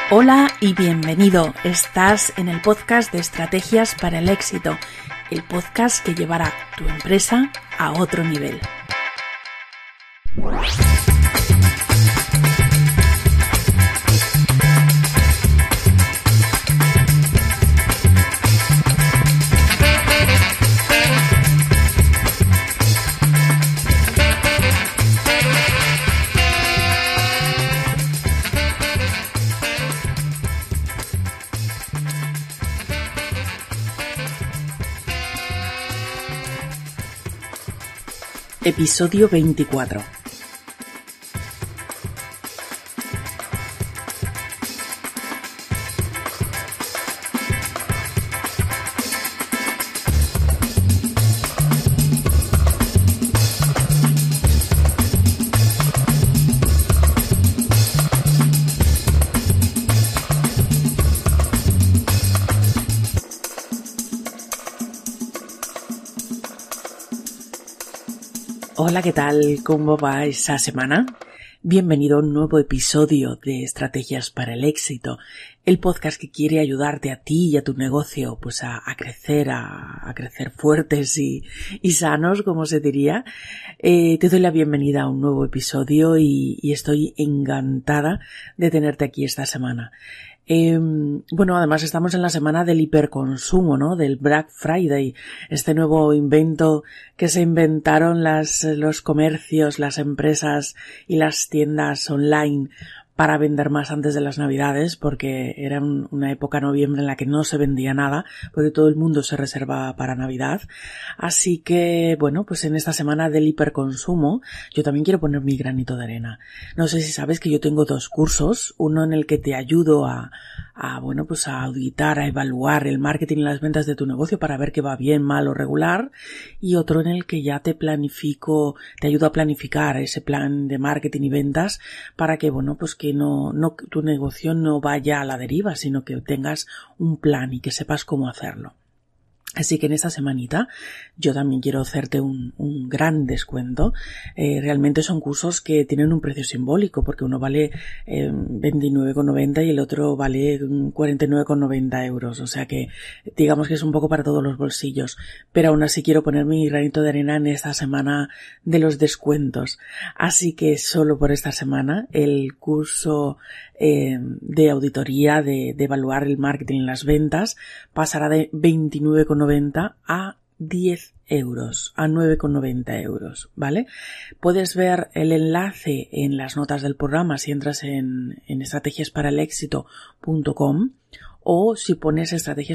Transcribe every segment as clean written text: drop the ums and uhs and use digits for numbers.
Hola y bienvenido. Estás en el podcast de Estrategias para el Éxito, el podcast que llevará tu empresa a otro nivel. Episodio 24. Hola, ¿qué tal? ¿Cómo va esa semana? Bienvenido a un nuevo episodio de Estrategias para el Éxito, el podcast que quiere ayudarte a ti y a tu negocio pues a crecer fuertes y sanos, como se diría. Te doy la bienvenida a un nuevo episodio y estoy encantada de tenerte aquí esta semana. Además estamos en la semana del hiperconsumo, ¿no? Del Black Friday, este nuevo invento que se inventaron los comercios, las empresas y las tiendas online para vender más antes de las Navidades, porque era una época noviembre en la que no se vendía nada, porque todo el mundo se reserva para Navidad. Así que, pues en esta semana del hiperconsumo, yo también quiero poner mi granito de arena. No sé si sabes que yo tengo 2 cursos, uno en el que te ayudo a auditar, a evaluar el marketing y las ventas de tu negocio para ver qué va bien, mal o regular, y otro en el que ya te ayudo a planificar ese plan de marketing y ventas para que, que tu negocio no vaya a la deriva, sino que tengas un plan y que sepas cómo hacerlo. Así que en esta semanita yo también quiero hacerte un gran descuento. Realmente son cursos que tienen un precio simbólico, porque uno vale 29,90 y el otro vale 49,90 euros. O sea que digamos que es un poco para todos los bolsillos. Pero aún así quiero poner mi granito de arena en esta semana de los descuentos. Así que solo por esta semana el curso de auditoría de evaluar el marketing y las ventas pasará de 29,90 a 10 euros, a 9,90 euros, ¿vale? Puedes ver el enlace en las notas del programa si entras en estrategiasparalexito.com o si pones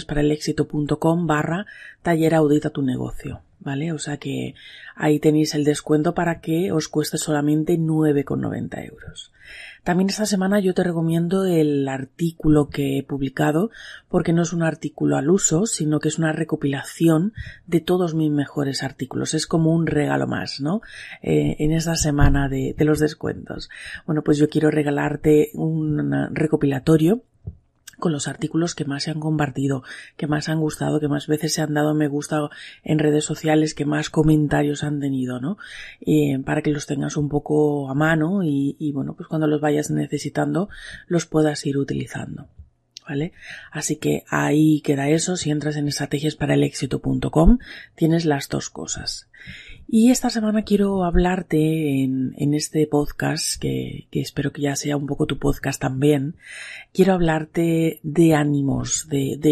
estrategiasparalexito.com/taller audita tu negocio, ¿vale? O sea que ahí tenéis el descuento para que os cueste solamente 9,90 euros. También esta semana yo te recomiendo el artículo que he publicado, porque no es un artículo al uso, sino que es una recopilación de todos mis mejores artículos. Es como un regalo más, ¿no? En esta semana de los descuentos. Pues yo quiero regalarte un recopilatorio con los artículos que más se han compartido, que más han gustado, que más veces se han dado me gusta en redes sociales, que más comentarios han tenido, ¿no? Para que los tengas un poco a mano y cuando los vayas necesitando los puedas ir utilizando, ¿vale? Así que ahí queda eso. Si entras en estrategiasparalexito.com tienes las 2 cosas. Y esta semana quiero hablarte en este podcast, que espero que ya sea un poco tu podcast también. Quiero hablarte de ánimos,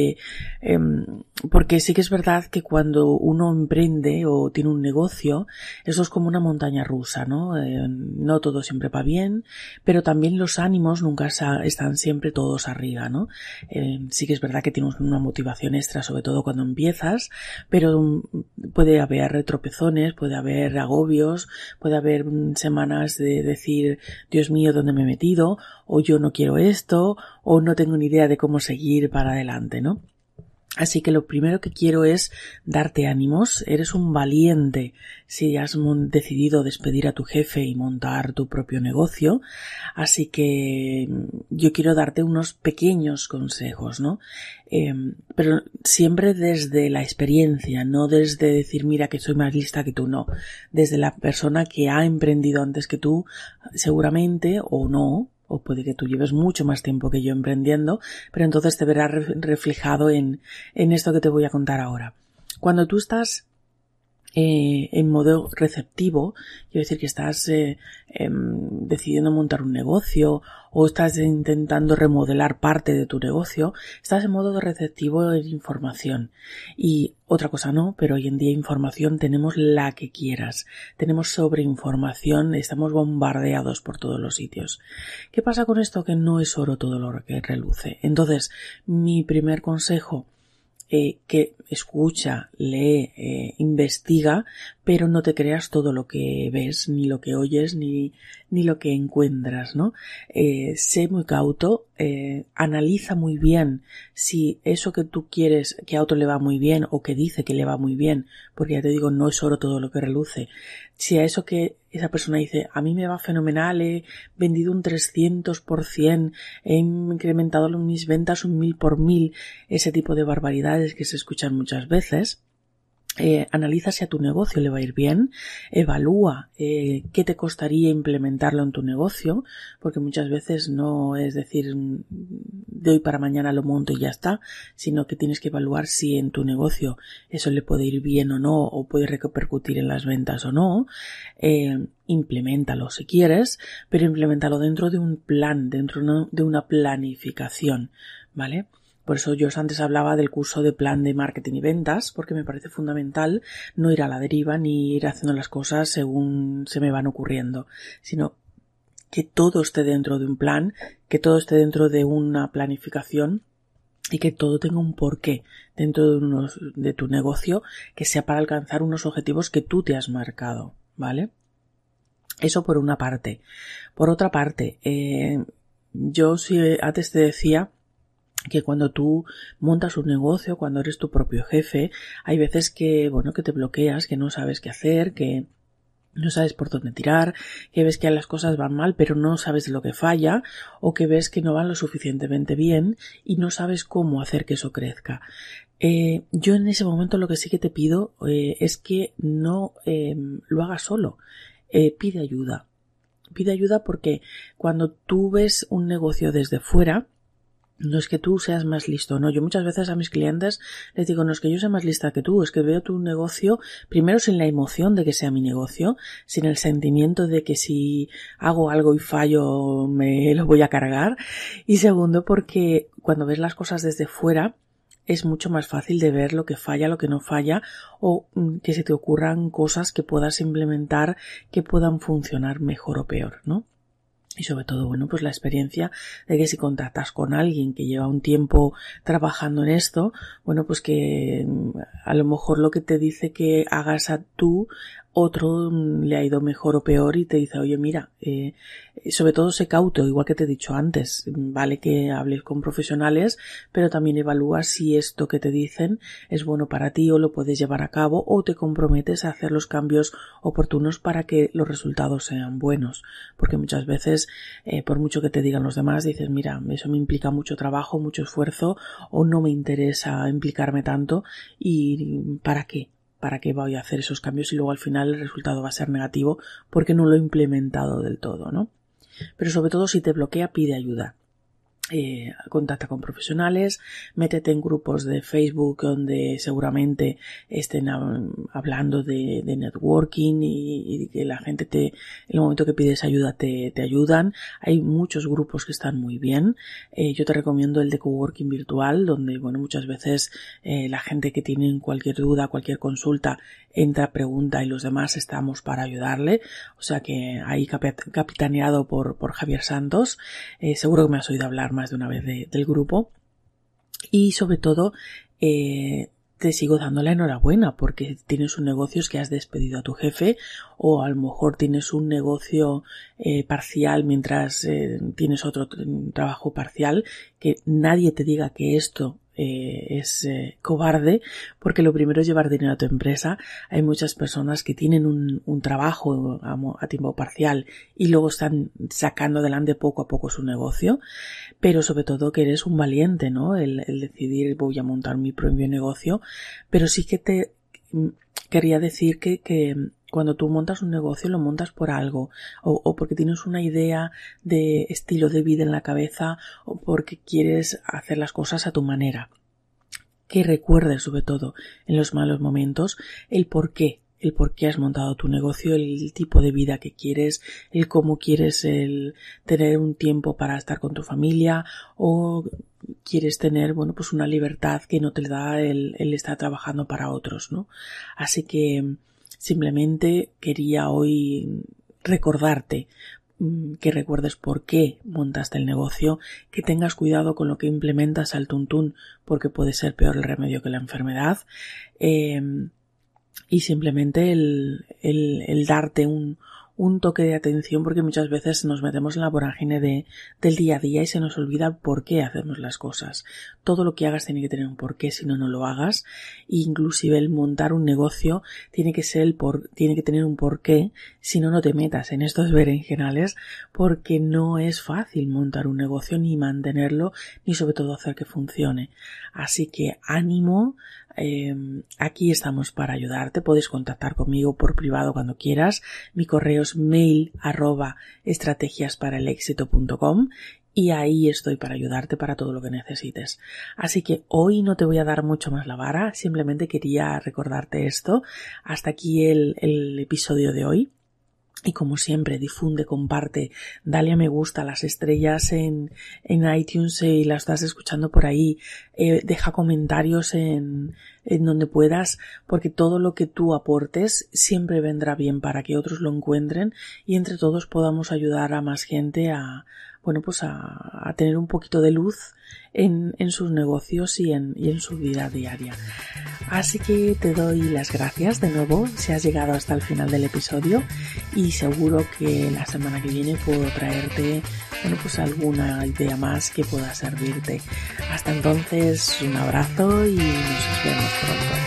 porque sí que es verdad que cuando uno emprende o tiene un negocio, eso es como una montaña rusa, ¿no? No todo siempre va bien, pero también los ánimos nunca están siempre todos arriba, ¿no? Sí que es verdad que tienes una motivación extra, sobre todo cuando empiezas, pero puede haber tropezones, puede haber agobios, puede haber semanas de decir, Dios mío, ¿dónde me he metido? O yo no quiero esto, o no tengo ni idea de cómo seguir para adelante, ¿no? Así que lo primero que quiero es darte ánimos. Eres un valiente si has decidido despedir a tu jefe y montar tu propio negocio. Así que yo quiero darte unos pequeños consejos, ¿no? Pero siempre desde la experiencia, no desde decir, mira que soy más lista que tú, no. Desde la persona que ha emprendido antes que tú, seguramente, o no, o puede que tú lleves mucho más tiempo que yo emprendiendo, pero entonces te verás reflejado en esto que te voy a contar ahora. Cuando tú estás en modo receptivo, quiero decir que estás decidiendo montar un negocio o estás intentando remodelar parte de tu negocio, estás en modo receptivo en información. Y otra cosa no, pero hoy en día información tenemos la que quieras. Tenemos sobreinformación, estamos bombardeados por todos los sitios. ¿Qué pasa con esto? Que no es oro todo lo que reluce. Entonces, mi primer consejo, que escucha, lee, investiga, pero no te creas todo lo que ves, ni lo que oyes, ni lo que encuentras, ¿no? Sé muy cauto, analiza muy bien si eso que tú quieres que a otro le va muy bien o que dice que le va muy bien, porque ya te digo, no es oro todo lo que reluce. Si a eso que esa persona dice, a mí me va fenomenal, he vendido un 300%, he incrementado mis ventas un 1000 por 1000, ese tipo de barbaridades que se escuchan muchas veces, analiza si a tu negocio le va a ir bien, evalúa qué te costaría implementarlo en tu negocio, porque muchas veces no es decir de hoy para mañana lo monto y ya está, sino que tienes que evaluar si en tu negocio eso le puede ir bien o no, o puede repercutir en las ventas o no. Impleméntalo si quieres, pero impleméntalo dentro de un plan, dentro de una planificación, ¿vale? Por eso yo antes hablaba del curso de plan de marketing y ventas, porque me parece fundamental no ir a la deriva ni ir haciendo las cosas según se me van ocurriendo, sino que todo esté dentro de un plan, que todo esté dentro de una planificación y que todo tenga un porqué dentro de tu negocio, que sea para alcanzar unos objetivos que tú te has marcado, ¿vale? Eso por una parte. Por otra parte, yo antes te decía que cuando tú montas un negocio, cuando eres tu propio jefe, hay veces que te bloqueas, que no sabes qué hacer, que no sabes por dónde tirar, que ves que las cosas van mal pero no sabes de lo que falla, o que ves que no van lo suficientemente bien y no sabes cómo hacer que eso crezca. Yo en ese momento lo que sí que te pido es que no lo hagas solo. Pide ayuda. Pide ayuda porque cuando tú ves un negocio desde fuera, no es que tú seas más listo, no. Yo muchas veces a mis clientes les digo, no es que yo sea más lista que tú, es que veo tu negocio primero sin la emoción de que sea mi negocio, sin el sentimiento de que si hago algo y fallo me lo voy a cargar, y segundo porque cuando ves las cosas desde fuera es mucho más fácil de ver lo que falla, lo que no falla, o que se te ocurran cosas que puedas implementar que puedan funcionar mejor o peor, ¿no? Y sobre todo, pues la experiencia de que si contactas con alguien que lleva un tiempo trabajando en esto, pues que a lo mejor lo que te dice que hagas a tú, otro le ha ido mejor o peor y te dice, oye, mira, sobre todo sé cauto, igual que te he dicho antes, vale que hables con profesionales, pero también evalúa si esto que te dicen es bueno para ti o lo puedes llevar a cabo o te comprometes a hacer los cambios oportunos para que los resultados sean buenos, porque muchas veces por mucho que te digan los demás dices, mira, eso me implica mucho trabajo, mucho esfuerzo o no me interesa implicarme tanto y ¿para qué? ¿Para qué voy a hacer esos cambios y luego al final el resultado va a ser negativo porque no lo he implementado del todo, ¿no? Pero sobre todo si te bloquea, pide ayuda. Contacta con profesionales, métete en grupos de Facebook donde seguramente estén hablando de networking y que la gente en el momento que pides ayuda te ayudan. Hay muchos grupos que están muy bien. Yo te recomiendo el de coworking virtual, donde muchas veces la gente que tiene cualquier duda, cualquier consulta, entra, pregunta y los demás estamos para ayudarle. O sea que ahí capitaneado por Javier Santos. Seguro que me has oído hablar más de una vez del grupo. Y sobre todo te sigo dando la enhorabuena porque tienes un negocio que has despedido a tu jefe, o a lo mejor tienes un negocio parcial mientras tienes otro trabajo parcial. Que nadie te diga que esto es cobarde, porque lo primero es llevar dinero a tu empresa. Hay muchas personas que tienen un trabajo a tiempo parcial y luego están sacando adelante poco a poco su negocio, pero sobre todo que eres un valiente, ¿no? El decidir voy a montar mi propio negocio. Pero sí que te quería decir que cuando tú montas un negocio lo montas por algo, o porque tienes una idea de estilo de vida en la cabeza, o porque quieres hacer las cosas a tu manera. Que recuerdes sobre todo en los malos momentos el por qué has montado tu negocio, el tipo de vida que quieres, el cómo quieres tener un tiempo para estar con tu familia, o quieres tener, pues una libertad que no te da el estar trabajando para otros, ¿no? Así que simplemente quería hoy recordarte que recuerdes por qué montaste el negocio, que tengas cuidado con lo que implementas al tuntún, porque puede ser peor el remedio que la enfermedad, y simplemente el darte un toque de atención, porque muchas veces nos metemos en la vorágine del día a día y se nos olvida por qué hacemos las cosas. Todo lo que hagas tiene que tener un porqué, si no, no lo hagas. E inclusive el montar un negocio tiene que tener un porqué, si no, no te metas en estos berenjenales, porque no es fácil montar un negocio, ni mantenerlo, ni sobre todo hacer que funcione. Así que ánimo. Aquí estamos para ayudarte. Puedes contactar conmigo por privado cuando quieras. Mi correo es mail@estrategiasparaelexito.com y ahí estoy para ayudarte para todo lo que necesites. Así que hoy no te voy a dar mucho más la vara, simplemente quería recordarte esto. Hasta aquí el episodio de hoy. Y como siempre, difunde, comparte, dale a me gusta, las estrellas en iTunes y las estás escuchando por ahí, deja comentarios en donde puedas, porque todo lo que tú aportes siempre vendrá bien para que otros lo encuentren y entre todos podamos ayudar a más gente a tener un poquito de luz en sus negocios y en su vida diaria. Así que te doy las gracias de nuevo si has llegado hasta el final del episodio y seguro que la semana que viene puedo traerte alguna idea más que pueda servirte. Hasta entonces, un abrazo y nos vemos pronto.